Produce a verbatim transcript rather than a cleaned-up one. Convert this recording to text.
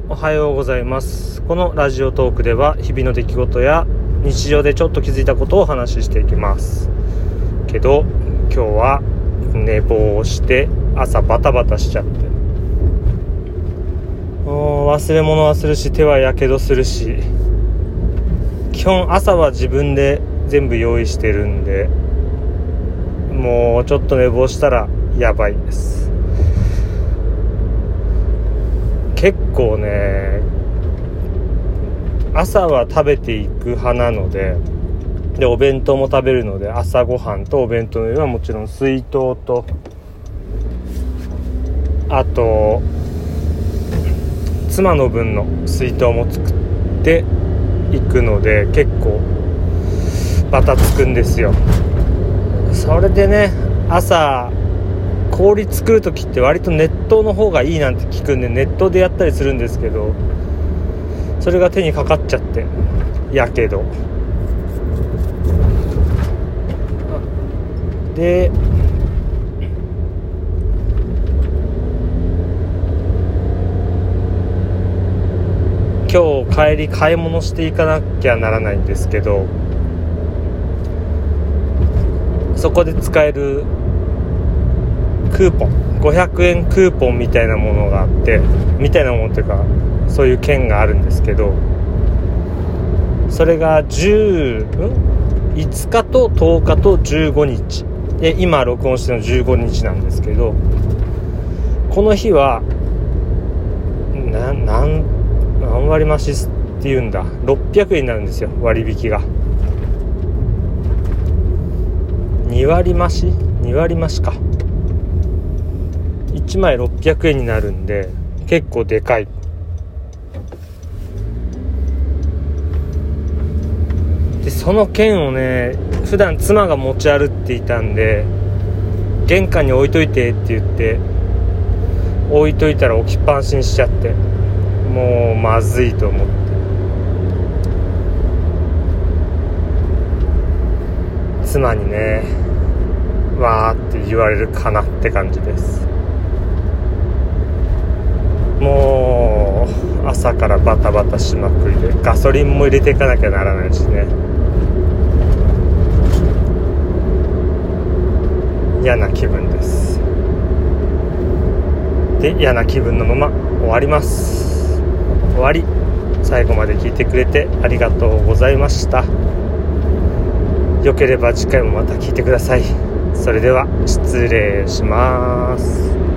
おはようございます。このラジオトークでは日々の出来事や日常でちょっと気づいたことをお話ししていきますけど、今日は寝坊して朝バタバタしちゃって、忘れ物はするし手はやけどするし、基本朝は自分で全部用意してるんで、もうちょっと寝坊したらやばいです。結構ね、朝は食べていく派なので、でお弁当も食べるので、朝ごはんとお弁当の上はもちろん水筒と、あと妻の分の水筒も作っていくので、結構バタつくんですよ。それでね、朝氷作るときって割と熱湯の方がいいなんて聞くんで、熱湯でやったりするんですけど、それが手にかかっちゃってやけどで、今日帰り買い物していかなきゃならないんですけど、そこで使えるクーポン、ごひゃくえんクーポンみたいなものがあって、みたいなものっていうかそういう券があるんですけど、それがじゅう、いつかととおかとじゅうごにちで、今録音してるのじゅうごにちなんですけど、この日はななん何割増しっていうんだ、ろっぴゃくえんになるんですよ、割引が。にわり増しにわり増しか、いちまいろっぴゃくえんになるんで結構でかい。でその券をね、普段妻が持ち歩いていたんで、玄関に置いといてって言って置いといたら置きっぱなしにしちゃって、もうまずいと思って、妻にねわーって言われるかなって感じです。もう朝からバタバタしまくりで、ガソリンも入れていかなきゃならないしね、嫌な気分です。で嫌な気分のまま終わります。終わり。最後まで聞いてくれてありがとうございました。よければ次回もまた聞いてください。それでは失礼します。